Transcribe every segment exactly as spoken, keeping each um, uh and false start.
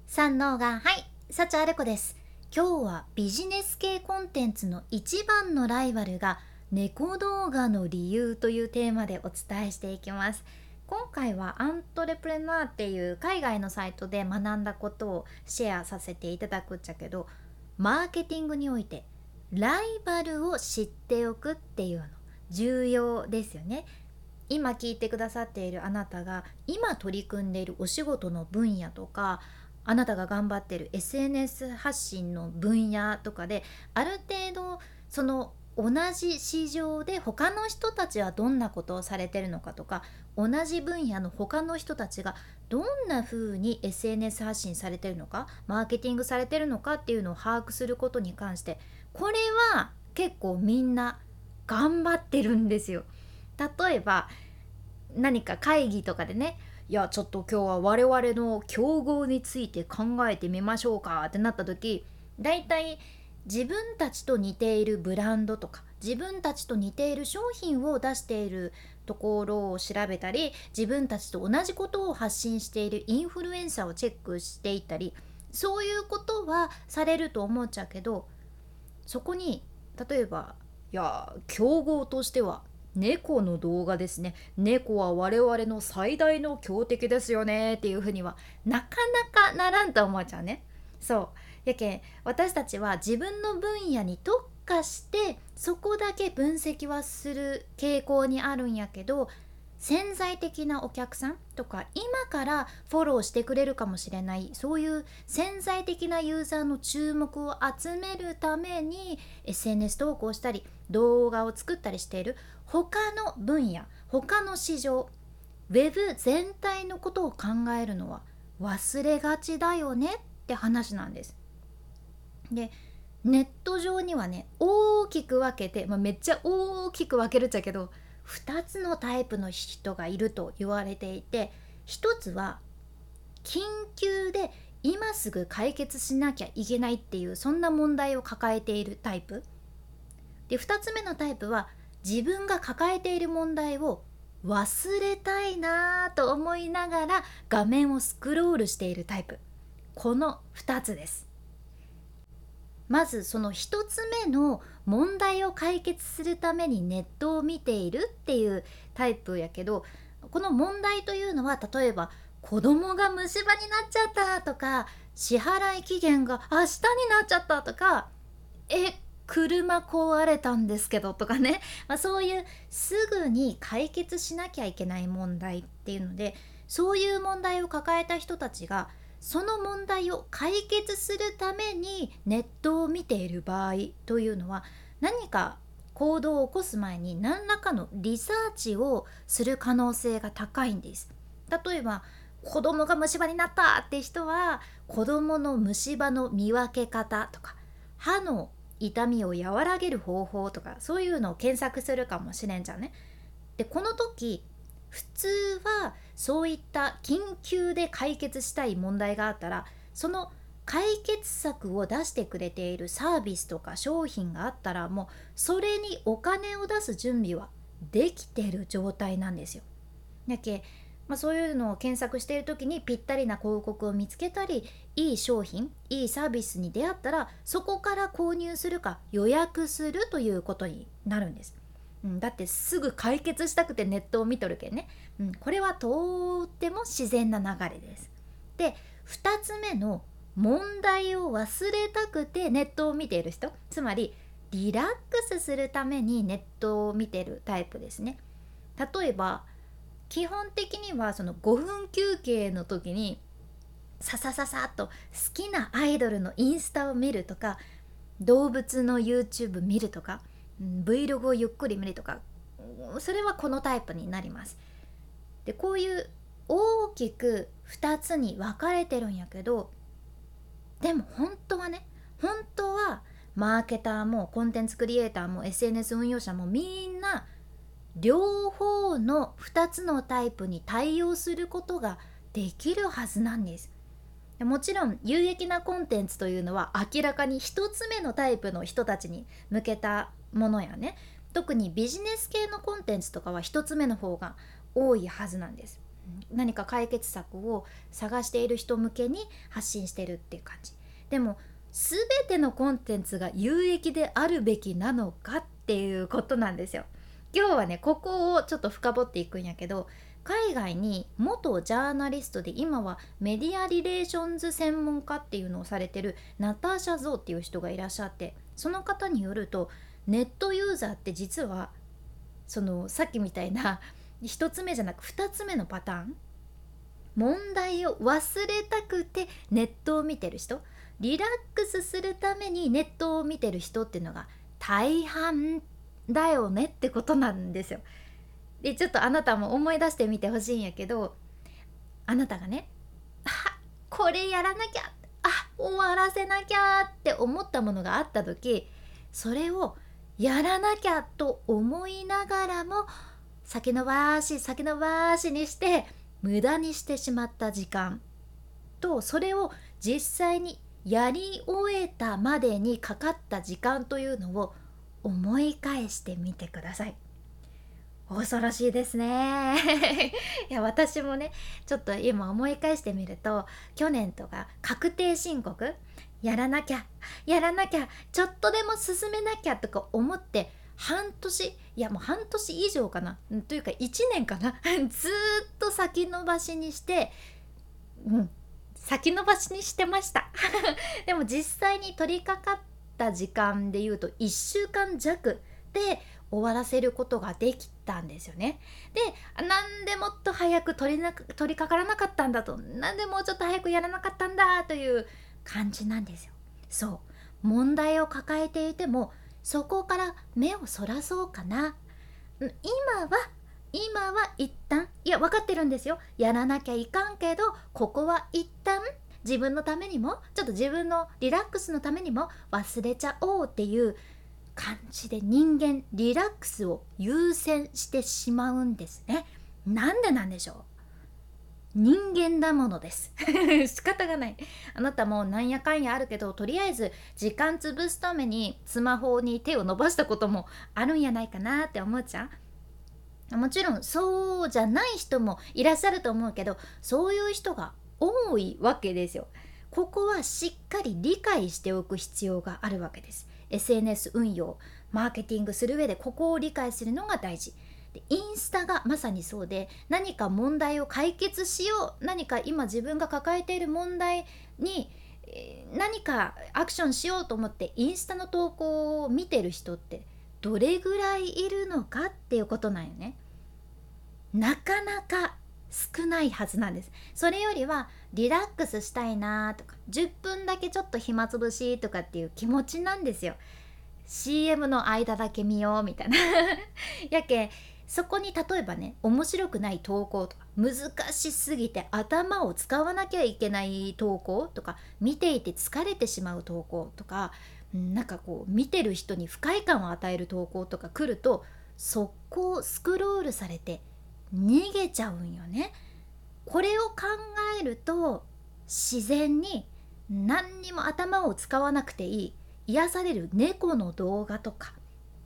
三能がはい、幸あれ子です。今日はビジネス系コンテンツの一番のライバルが猫動画の理由というテーマでお伝えしていきます。今回はアントレプレナーっていう海外のサイトで学んだことをシェアさせていただくっちゃけど、マーケティングにおいてライバルを知っておくっていうの重要ですよね。今聞いてくださっているあなたが今取り組んでいるお仕事の分野とか、あなたが頑張っている エスエヌエス 発信の分野とかで、ある程度その同じ市場で他の人たちはどんなことをされてるのかとか、同じ分野の他の人たちがどんな風に エスエヌエス 発信されてるのか、マーケティングされてるのかっていうのを把握することに関して、これは結構みんな頑張ってるんですよ。例えば何か会議とかでね、いやちょっと今日は我々の競合について考えてみましょうかってなった時、だいたい自分たちと似ているブランドとか自分たちと似ている商品を出しているところを調べたり、自分たちと同じことを発信しているインフルエンサーをチェックしていったり、そういうことはされると思っちゃうけど、そこに例えば、いや競合としては猫の動画ですね、猫は我々の最大の強敵ですよねっていうふうにはなかなかならんと思っちゃうね。そうやけん、私たちは自分の分野に特化してそこだけ分析はする傾向にあるんやけど、潜在的なお客さんとか今からフォローしてくれるかもしれない、そういう潜在的なユーザーの注目を集めるために エスエヌエス 投稿したり動画を作ったりしている他の分野、他の市場、ウェブ全体のことを考えるのは忘れがちだよねって話なんです。でネット上にはね、大きく分けて、まあ、めっちゃ大きく分けるっちゃけどふたつのタイプの人がいると言われていて、ひとつは緊急で今すぐ解決しなきゃいけないっていうそんな問題を抱えているタイプで、ふたつめのタイプは自分が抱えている問題を忘れたいなと思いながら画面をスクロールしているタイプ、このふたつです。まずそのひとつめの問題を解決するためにネットを見ているっていうタイプやけど、この問題というのは例えば子供が虫歯になっちゃったとか、支払い期限が明日になっちゃったとか、え車壊れたんですけどとかね、まあ、そういうすぐに解決しなきゃいけない問題っていうので、そういう問題を抱えた人たちがその問題を解決するためにネットを見ている場合というのは、何か行動を起こす前に何らかのリサーチをする可能性が高いんです。例えば子供が虫歯になったって人は、子供の虫歯の見分け方とか歯の痛みを和らげる方法とか、そういうのを検索するかもしれんじゃんね。でこの時普通はそういった緊急で解決したい問題があったら、その解決策を出してくれているサービスとか商品があったら、もうそれにお金を出す準備はできてる状態なんですよ。だけ、まあ、そういうのを検索している時にぴったりな広告を見つけたり、いい商品いいサービスに出会ったら、そこから購入するか予約するということになるんです。うん、だってすぐ解決したくてネットを見とるけんね、うん、これはとっても自然な流れです。でふたつめの問題を忘れたくてネットを見ている人、つまりリラックスするためにネットを見てるタイプですね。例えば基本的にはそのごふん休憩の時にささささっと好きなアイドルのインスタを見るとか、動物の YouTube 見るとか、うん Vlog をゆっくり見るとか、それはこのタイプになります。でこういう大きくふたつに分かれてるんやけど、でも本当はね、本当はマーケターもコンテンツクリエイターも エスエヌエス 運用者もみんな両方のふたつのタイプに対応することができるはずなんです。もちろん有益なコンテンツというのは明らかにひとつめのタイプの人たちに向けたものやね。特にビジネス系のコンテンツとかはひとつめの方が多いはずなんです。 何か解決策を探している人向けに発信してるっていう感じ。でも全てのコンテンツが有益であるべきなのかっていうことなんですよ。今日はねここをちょっと深掘っていくんやけど、海外に元ジャーナリストで今はメディアリレーションズ専門家っていうのをされてるナターシャ・ゾーっていう人がいらっしゃって、その方によるとネットユーザーって実はそのさっきみたいなひとつめじゃなくふたつめのパターン、問題を忘れたくてネットを見てる人、リラックスするためにネットを見てる人っていうのが大半だよねってことなんですよ。でちょっとあなたも思い出してみてほしいんやけど、あなたがね、あこれやらなきゃ、あ終わらせなきゃって思ったものがあった時、それをやらなきゃと思いながらも先延ばし先延ばしにして無駄にしてしまった時間と、それを実際にやり終えたまでにかかった時間というのを思い返してみてください。恐ろしいですねいや私もねちょっと今思い返してみると、去年とか確定申告やらなきゃやらなきゃちょっとでも進めなきゃとか思って半年、いやもう半年以上かなというかいちねんかなずーっと先延ばしにしてうん先延ばしにしてましたでも実際に取り掛かった時間でいうといっしゅうかん弱で終わらせることができたんですよね。でなんでもっと早く取りな取り掛からなかったんだと、なんでもうちょっと早くやらなかったんだという感じなんですよ。そう問題を抱えていてもそこから目をそらそうかな、今は今は一旦、いや分かってるんですよ、やらなきゃいかんけどここは一旦自分のためにもちょっと自分のリラックスのためにも忘れちゃおうっていう感じで人間リラックスを優先してしまうんですね。なんでなんでしょう。人間だものです仕方がない。あなたもなんやかんやあるけど、とりあえず時間潰すためにスマホに手を伸ばしたこともあるんやないかなって思っちゃう。もちろんそうじゃない人もいらっしゃると思うけど、そういう人が多いわけですよ。ここはしっかり理解しておく必要があるわけです。 エスエヌエス 運用マーケティングする上でここを理解するのが大事で、インスタがまさにそうで、何か問題を解決しよう、何か今自分が抱えている問題にえー何かアクションしようと思ってインスタの投稿を見てる人ってどれぐらいいるのかっていうことなんよね。なかなか少ないはずなんです。それよりはリラックスしたいなとかじゅっぷんだけちょっと暇つぶしとかっていう気持ちなんですよ。 シーエム の間だけ見ようみたいなやけそこに例えばね面白くない投稿とか難しすぎて頭を使わなきゃいけない投稿とか見ていて疲れてしまう投稿とか、うんなんかこう見てる人に不快感を与える投稿とか来ると速攻スクロールされて逃げちゃうんよね。これを考えると自然に何にも頭を使わなくていい癒される猫の動画とか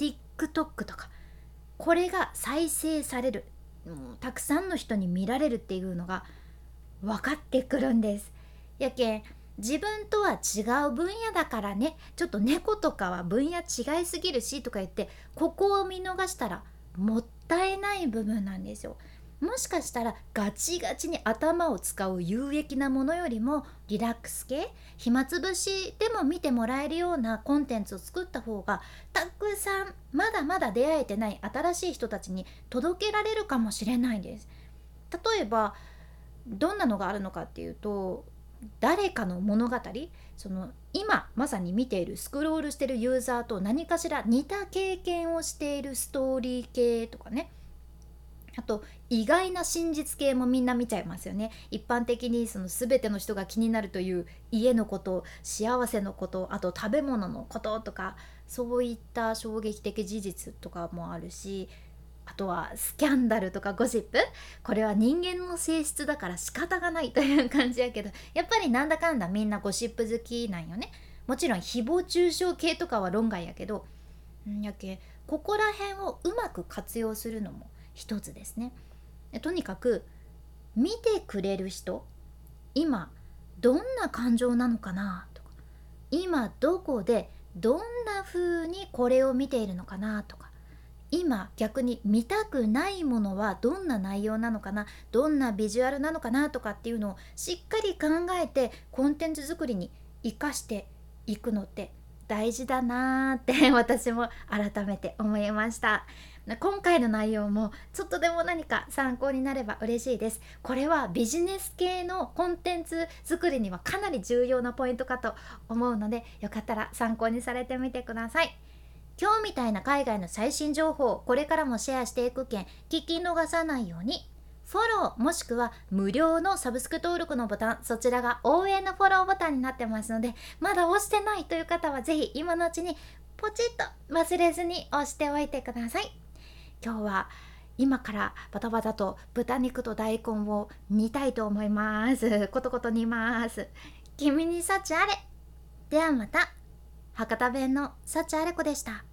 TikTok とかこれが再生される、もうたくさんの人に見られるっていうのが分かってくるんです。やけん自分とは違う分野だからね、ちょっと猫とかは分野違いすぎるしとか言ってここを見逃したらもったいない部分なんですよ。もしかしたらガチガチに頭を使う有益なものよりもリラックス系暇つぶしでも見てもらえるようなコンテンツを作った方がたくさんまだまだ出会えてない新しい人たちに届けられるかもしれないんです。例えばどんなのがあるのかっていうと、誰かの物語、その今まさに見ているスクロールしているユーザーと何かしら似た経験をしているストーリー系とかね、あと意外な真実系もみんな見ちゃいますよね。一般的にその全ての人が気になるという家のこと、幸せのこと、あと食べ物のこととか、そういった衝撃的事実とかもあるし、あとはスキャンダルとかゴシップ、これは人間の性質だから仕方がないという感じやけど、やっぱりなんだかんだみんなゴシップ好きなんよね。もちろん誹謗中傷系とかは論外やけど、んやけここら辺をうまく活用するのも一つですね。とにかく見てくれる人、今どんな感情なのかなとか、今どこでどんな風にこれを見ているのかなとか、今逆に見たくないものはどんな内容なのかな、どんなビジュアルなのかなとかっていうのをしっかり考えてコンテンツ作りに生かしていくのって大事だなーって私も改めて思いました。今回の内容もちょっとでも何か参考になれば嬉しいです。これはビジネス系のコンテンツ作りにはかなり重要なポイントかと思うので、よかったら参考にされてみてください。今日みたいな海外の最新情報をこれからもシェアしていくけん、聞き逃さないようにフォローもしくは無料のサブスク登録のボタン、そちらが応援のフォローボタンになってますので、まだ押してないという方はぜひ今のうちにポチッと忘れずに押しておいてください。今日は今からバタバタと豚肉と大根を煮たいと思います。コトコト煮ます。君に幸あれ。ではまた。博多弁の幸あれ子でした。